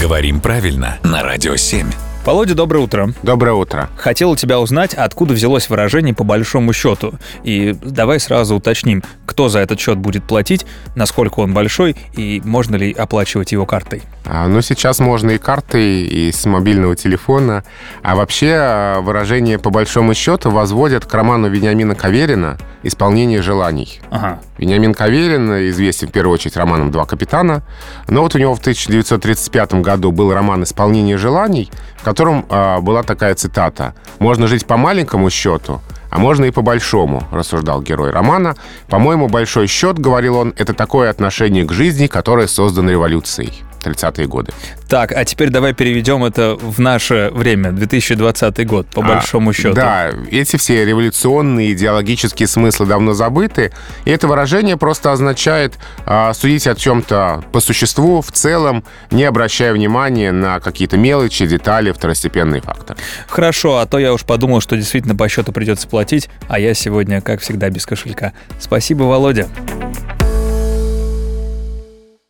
Говорим правильно на Радио 7. Володя, доброе утро. Доброе утро. Хотел у тебя узнать, откуда взялось выражение «по большому счету». И давай сразу уточним, кто за этот счет будет платить, насколько он большой и можно ли оплачивать его картой. Сейчас можно и картой, и с мобильного телефона. А вообще выражение «по большому счету» возводят к роману Вениамина Каверина «Исполнение желаний». Ага. Вениамин Каверин известен в первую очередь романом «Два капитана». Но вот у него в 1935 году был роман «Исполнение желаний», в котором была такая цитата: «Можно жить по маленькому счету, а можно и по большому», рассуждал герой романа. «По-моему, большой счет, — говорил он, — это такое отношение к жизни, которое создано революцией». 30-е годы. Так, а теперь давай переведем это в наше время, 2020 год, по большому счету. Да, эти все революционные идеологические смыслы давно забыты, и это выражение просто означает судить о чем-то по существу, в целом, не обращая внимания на какие-то мелочи, детали, второстепенные факторы. Хорошо, а то я уж подумал, что действительно по счету придется платить, а я сегодня, как всегда, без кошелька. Спасибо, Володя.